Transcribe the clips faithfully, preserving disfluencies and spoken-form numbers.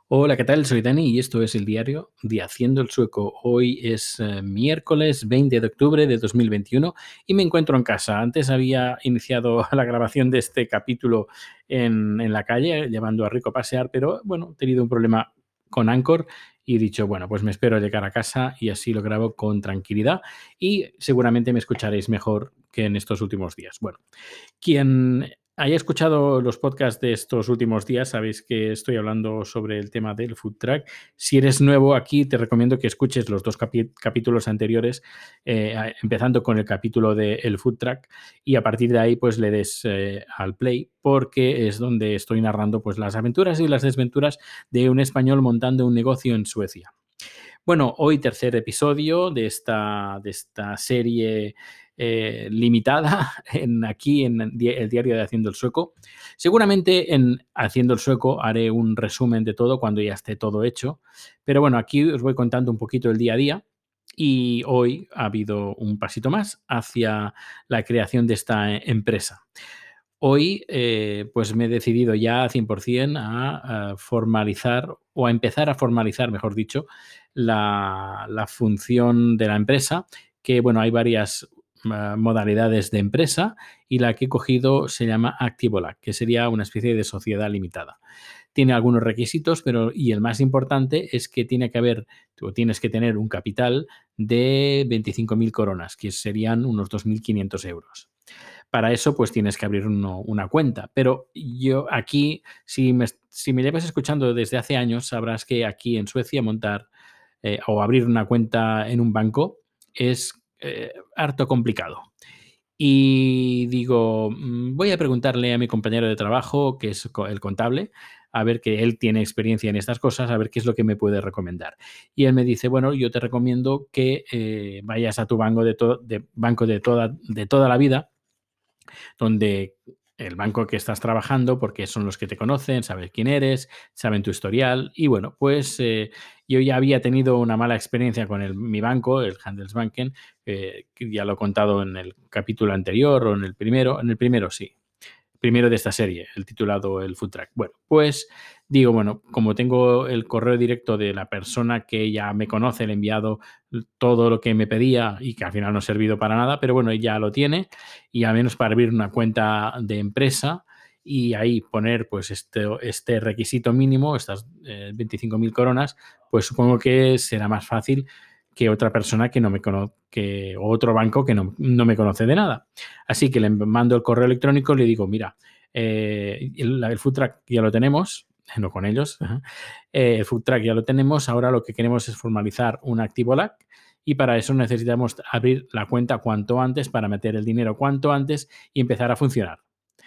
Hola, ¿qué tal? Soy Dani y esto es el diario de Haciendo el Sueco. Hoy es eh, miércoles veinte de octubre de dos mil veintiuno y me encuentro en casa. Antes había iniciado la grabación de este capítulo en, en la calle, llevando a Rico a pasear, pero bueno, he tenido un problema con Anchor y he dicho, bueno, pues me espero llegar a casa y así lo grabo con tranquilidad y seguramente me escucharéis mejor que en estos últimos días. Bueno, quien haya escuchado los podcasts de estos últimos días, sabéis que estoy hablando sobre el tema del food truck. Si eres nuevo aquí, te recomiendo que escuches los dos capi- capítulos anteriores, eh, empezando con el capítulo del food truck y a partir de ahí pues le des eh, al play porque es donde estoy narrando pues las aventuras y las desventuras de un español montando un negocio en Suecia. Bueno, hoy tercer episodio de esta, de esta serie eh, limitada en, aquí en el diario de Haciendo el Sueco. Seguramente en Haciendo el Sueco haré un resumen de todo cuando ya esté todo hecho, pero bueno, aquí os voy contando un poquito el día a día y hoy ha habido un pasito más hacia la creación de esta eh, empresa. Hoy, eh, pues me he decidido ya cien por ciento a, a formalizar o a empezar a formalizar, mejor dicho, la, la función de la empresa, que bueno, hay varias uh, modalidades de empresa y la que he cogido se llama Activolac, que sería una especie de sociedad limitada. Tiene algunos requisitos, pero y el más importante es que tiene que haber, tú tienes que tener un capital de veinticinco mil coronas, que serían unos dos mil quinientos euros. Para eso, pues tienes que abrir uno, una cuenta. Pero yo aquí, si me, si me llevas escuchando desde hace años, sabrás que aquí en Suecia montar eh, o abrir una cuenta en un banco es eh, harto complicado. Y digo, mm, voy a preguntarle a mi compañero de trabajo, que es el contable, a ver que él tiene experiencia en estas cosas, a ver qué es lo que me puede recomendar. Y él me dice, bueno, yo te recomiendo que eh, vayas a tu banco de, to de, banco de, toda, de toda la vida, donde el banco que estás trabajando, porque son los que te conocen, saben quién eres, saben tu historial. Y bueno, pues eh, yo ya había tenido una mala experiencia con el, mi banco, el Handelsbanken, eh, que ya lo he contado en el capítulo anterior o en el primero, en el primero sí, primero de esta serie, el titulado El Food Truck. Bueno, pues digo, bueno, como tengo el correo directo de la persona que ya me conoce, le he enviado todo lo que me pedía y que al final no ha servido para nada, pero bueno, ya lo tiene y al menos para abrir una cuenta de empresa y ahí poner pues este, este requisito mínimo, estas eh, veinticinco mil coronas, pues supongo que será más fácil que otra persona que no me conoce, que, o otro banco que no, no me conoce de nada. Así que le mando el correo electrónico y le digo, mira, eh, el, el food truck ya lo tenemos, no con ellos, eh, el food truck ya lo tenemos, ahora lo que queremos es formalizar un Activolac y para eso necesitamos abrir la cuenta cuanto antes para meter el dinero cuanto antes y empezar a funcionar.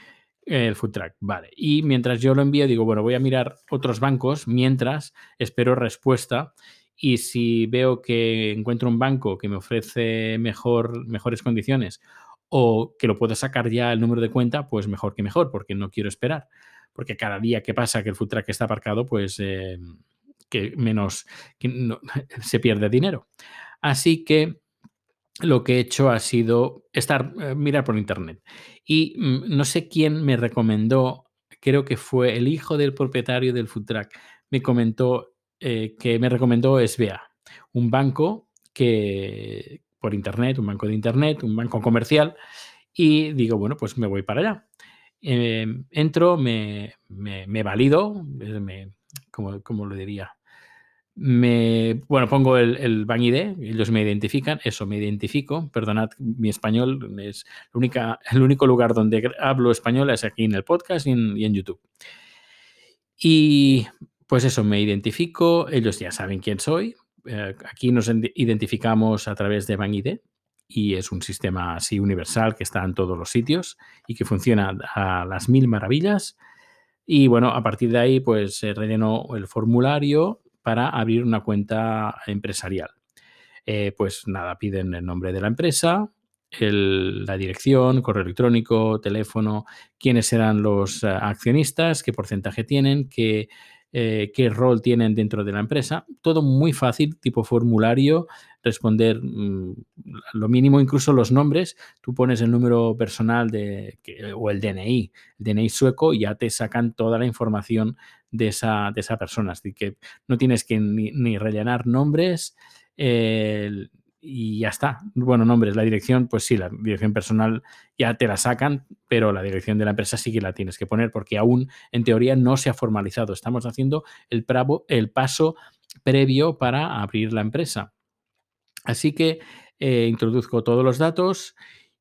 El food truck, vale. Y mientras yo lo envío, digo, bueno, voy a mirar otros bancos mientras espero respuesta y si veo que encuentro un banco que me ofrece mejor, mejores condiciones o que lo puedo sacar ya el número de cuenta, pues mejor que mejor, porque no quiero esperar. Porque cada día que pasa que el food truck está aparcado, pues eh, que menos que no, se pierde dinero. Así que lo que he hecho ha sido estar, eh, mirar por internet. Y mm, no sé quién me recomendó, creo que fue el hijo del propietario del food truck, me comentó eh, que me recomendó S B A, un banco que por internet, un banco de internet, un banco comercial, y digo, bueno, pues me voy para allá. Eh, entro, me, me, me valido, eh, me, ¿cómo, cómo lo diría? Me, bueno, pongo el, el Bank I D, ellos me identifican, eso me identifico, perdonad mi español, es la única, el único lugar donde hablo español es aquí en el podcast y en, y en YouTube. Y pues eso, me identifico, ellos ya saben quién soy, eh, aquí nos identificamos a través de Bank I D y es un sistema así universal que está en todos los sitios y que funciona a las mil maravillas. Y bueno, a partir de ahí, pues eh, relleno el formulario para abrir una cuenta empresarial. Eh, pues nada, piden el nombre de la empresa, el- la dirección, correo electrónico, teléfono, quiénes serán los eh, accionistas, qué porcentaje tienen, qué, eh, qué rol tienen dentro de la empresa. Todo muy fácil, tipo formulario, responder mm, lo mínimo, incluso los nombres. Tú pones el número personal de, que- o el D N I, el D N I sueco, y ya te sacan toda la información de esa, de esa persona. Así que no tienes que ni, ni rellenar nombres eh, y ya está. Bueno, nombres, la dirección, pues sí, la dirección personal ya te la sacan, pero la dirección de la empresa sí que la tienes que poner porque aún, en teoría, no se ha formalizado. Estamos haciendo el, pravo, el paso previo para abrir la empresa. Así que eh, introduzco todos los datos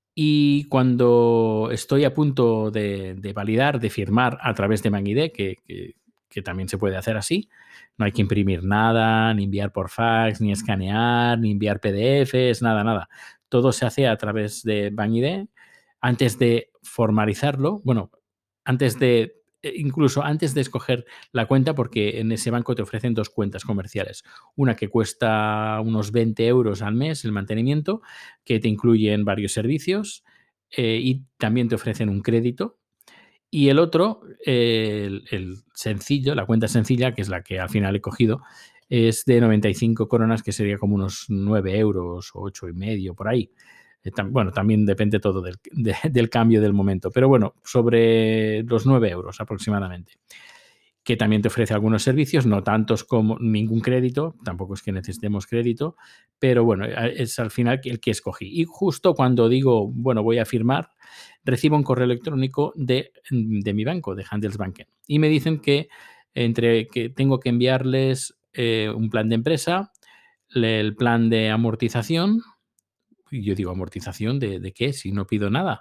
y cuando estoy a punto de, de validar, de firmar a través de ManID, que, que, que también se puede hacer así, no hay que imprimir nada, ni enviar por fax, ni escanear, ni enviar P D Efes, nada, nada. Todo se hace a través de ManID. Antes de formalizarlo, bueno, antes de, eh, incluso antes de escoger la cuenta, porque en ese banco te ofrecen dos cuentas comerciales. Una que cuesta unos veinte euros al mes el mantenimiento, que te incluyen varios servicios eh, y también te ofrecen un crédito. Y el otro, eh, el, el sencillo, la cuenta sencilla, que es la que al final he cogido, es de noventa y cinco coronas, que sería como unos nueve euros o ocho y medio por ahí. Eh, tam, bueno, también depende todo del, de, del cambio del momento, pero bueno, sobre los nueve euros aproximadamente, que también te ofrece algunos servicios, no tantos como ningún crédito, tampoco es que necesitemos crédito, pero bueno, es al final el que escogí. Y justo cuando digo, bueno, voy a firmar, recibo un correo electrónico de, de mi banco, de Handelsbanken, y me dicen que, entre, que tengo que enviarles eh, un plan de empresa, el plan de amortización, y yo digo, ¿amortización de, de qué? Si no pido nada.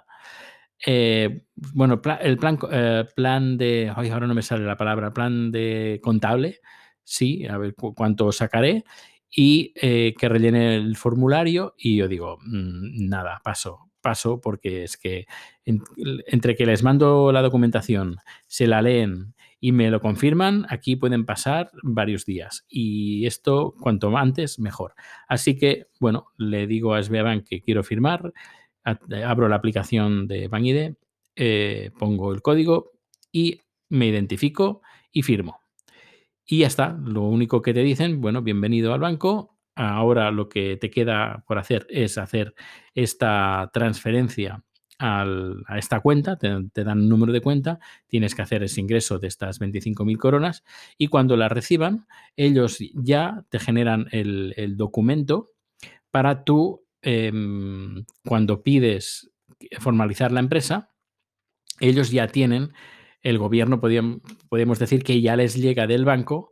Eh, bueno, pla el plan, eh, plan de, ay, ahora no me sale la palabra, plan de contable, sí, a ver cu cuánto sacaré y eh, que rellene el formulario y yo digo, mmm, nada, paso, paso porque es que en, entre que les mando la documentación, se la leen y me lo confirman, aquí pueden pasar varios días y esto cuanto antes mejor. Así que, bueno, le digo a Sberbank que quiero firmar, abro la aplicación de BankID, eh, pongo el código y me identifico y firmo. Y ya está. Lo único que te dicen, bueno, bienvenido al banco. Ahora lo que te queda por hacer es hacer esta transferencia al, a esta cuenta, te, te dan un número de cuenta, tienes que hacer ese ingreso de estas veinticinco mil coronas y cuando la reciban, ellos ya te generan el, el documento para tú, eh, cuando pides formalizar la empresa, ellos ya tienen, el gobierno, podíamos, podemos decir que ya les llega del banco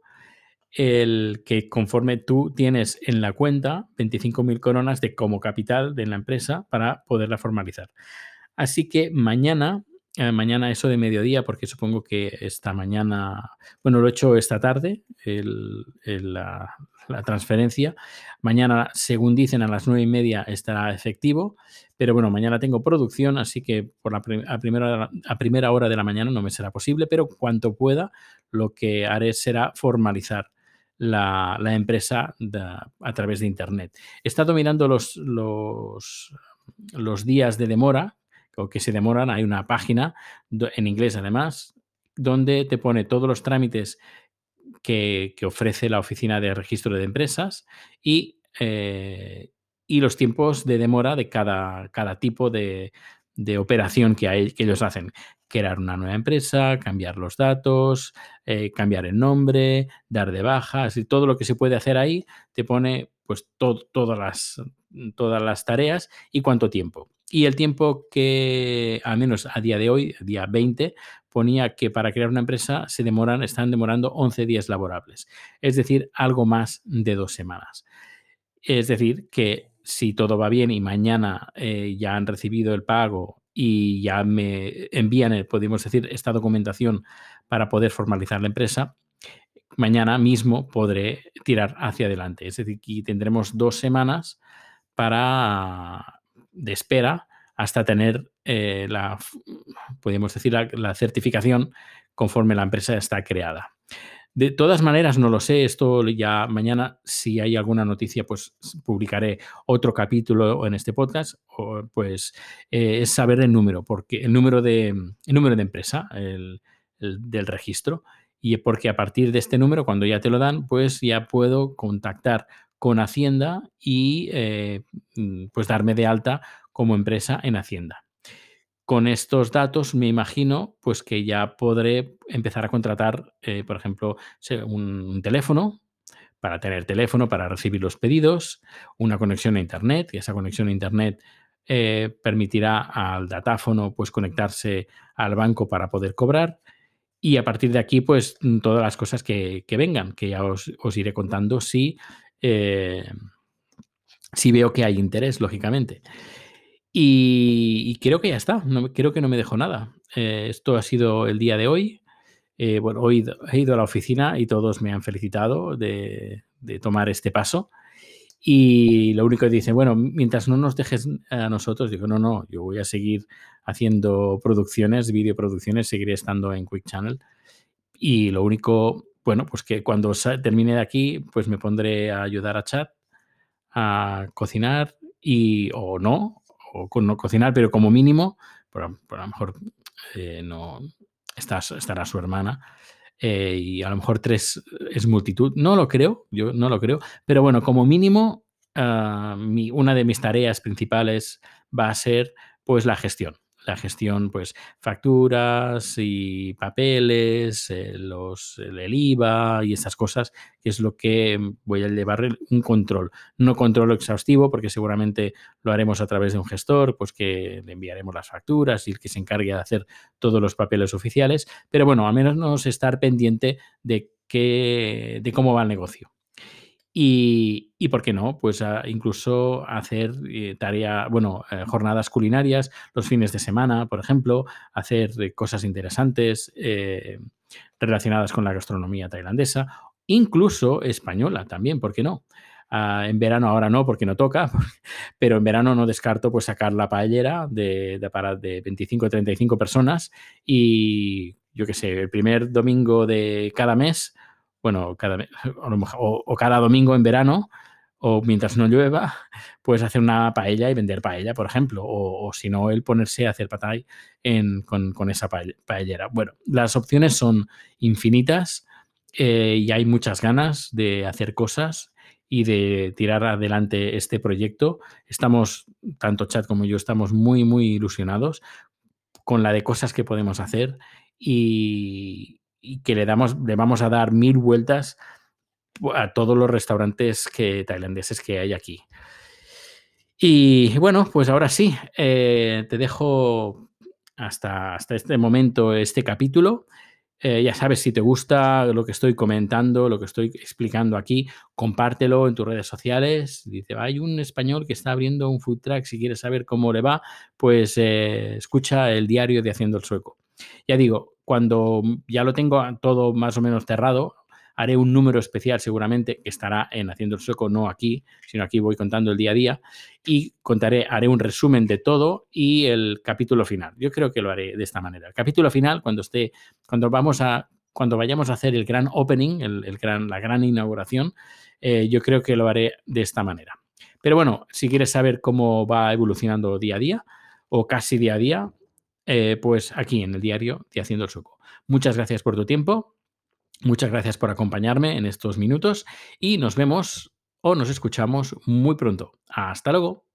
el que conforme tú tienes en la cuenta veinticinco mil coronas de como capital de la empresa para poderla formalizar. Así que mañana, eh, mañana eso de mediodía, porque supongo que esta mañana, bueno, lo he hecho esta tarde, el, el, la, la transferencia. Mañana, según dicen, a las nueve y media estará efectivo, pero bueno, mañana tengo producción, así que por la prim a, primera, a primera hora de la mañana no me será posible, pero cuanto pueda, lo que haré será formalizar la, la empresa de, a través de Internet. He estado mirando los, los, los días de demora, o que se demoran. Hay una página, en inglés además, donde te pone todos los trámites que, que ofrece la oficina de registro de empresas y, eh, y los tiempos de demora de cada, cada tipo de, de operación que, hay, que ellos hacen. Crear una nueva empresa, cambiar los datos, eh, cambiar el nombre, dar de baja, así, todo lo que se puede hacer ahí te pone pues to todas, las, todas las tareas y cuánto tiempo. Y el tiempo que, al menos a día de hoy, día veinte, ponía que para crear una empresa se demoran, están demorando once días laborables, es decir, algo más de dos semanas. Es decir, que si todo va bien y mañana eh, ya han recibido el pago y ya me envían, el, podemos decir, esta documentación para poder formalizar la empresa, mañana mismo podré tirar hacia adelante. Es decir, que tendremos dos semanas para, de espera hasta tener eh, la, podemos decir, la, la certificación conforme la empresa está creada. De todas maneras, no lo sé, esto ya mañana, si hay alguna noticia, pues publicaré otro capítulo en este podcast, o, pues eh, es saber el número, porque el número de, el número de empresa, el, el, del registro, y porque a partir de este número, cuando ya te lo dan, pues ya puedo contactar con Hacienda y eh, pues darme de alta como empresa en Hacienda. con estos datos me imagino pues que ya podré empezar a contratar, eh, por ejemplo, se un un teléfono, para tener teléfono, para recibir los pedidos, una conexión a Internet, y esa conexión a Internet, eh, permitirá al datáfono, pues, conectarse al banco para poder cobrar. Y a partir de aquí, pues, mm, todas las cosas que que vengan, que ya os os iré contando si, eh, si veo que hay interés, lógicamente. Y y creo que ya está, no creo que no me dejo nada. Eh, esto ha sido el día de hoy. Eh, bueno, hoy d he ido a la oficina y todos me han felicitado de de tomar este paso. Y lo único que dicen: "Bueno, mientras no nos dejes a nosotros", digo: "No, no, yo voy a seguir haciendo producciones, videoproducciones, seguiré estando en Quick Channel". Y lo único, bueno, pues que cuando sa termine de aquí, pues me pondré a ayudar a Chad a cocinar y o no, o con no cocinar, pero como mínimo, por a por a lo mejor, eh, no estás estará su hermana, eh, y a lo mejor tres es multitud. No lo creo, yo no lo creo, pero bueno, como mínimo, ah, mi una de mis tareas principales va a ser, pues, la gestión. La gestión, pues, facturas y papeles, eh, los el el IVA y esas cosas, que es lo que voy a llevar el un control. No control exhaustivo, porque seguramente lo haremos a través de un gestor, pues que le enviaremos las facturas y el que se encargue de hacer todos los papeles oficiales, pero bueno, al menos estar pendiente de qué de cómo va el negocio. Y y por qué no, pues, ah, incluso hacer, eh, tarea bueno, eh, jornadas culinarias los fines de semana, por ejemplo, hacer eh, cosas interesantes, eh, relacionadas con la gastronomía tailandesa, incluso española también, ¿por qué no? Ah, en verano ahora no, porque no toca, pero en verano no descarto, pues, sacar la paellera de de para de veinticinco, treinta y cinco personas y, yo qué sé, el primer domingo de cada mes, bueno, cada me a lo mejo o o cada domingo en verano, o mientras no llueva, pues hacer una paella y vender paella, por ejemplo, o o si no, el ponerse a hacer pad thai en con con esa paell paellera. Bueno, las opciones son infinitas, eh, y hay muchas ganas de hacer cosas y de tirar adelante este proyecto. Estamos, tanto Chad como yo, estamos muy, muy ilusionados con la de cosas que podemos hacer y y que le damos le vamos a dar mil vueltas a todos los restaurantes que tailandeses que hay aquí. Y bueno, pues ahora sí, eh, te dejo hasta hasta este momento, este capítulo. Eh, ya sabes, si te gusta lo que estoy comentando, lo que estoy explicando aquí, compártelo en tus redes sociales. Dice: "Hay un español que está abriendo un food truck, si quieres saber cómo le va, pues, eh, escucha el diario de Haciendo el Sueco". Ya digo, cuando ya lo tengo todo más o menos cerrado, haré un número especial seguramente que estará en Haciendo el Sueco, no aquí, sino aquí voy contando el día a día y contaré haré un resumen de todo y el capítulo final. Yo creo que lo haré de esta manera. El capítulo final, cuando esté cuando vamos a cuando vayamos a hacer el gran opening, el el gran la gran inauguración, eh, yo creo que lo haré de esta manera. Pero bueno, si quieres saber cómo va evolucionando día a día, o casi día a día, eh, pues aquí en el diario de Haciendo el Sueco. Muchas gracias por tu tiempo, muchas gracias por acompañarme en estos minutos y nos vemos o nos escuchamos muy pronto. Hasta luego.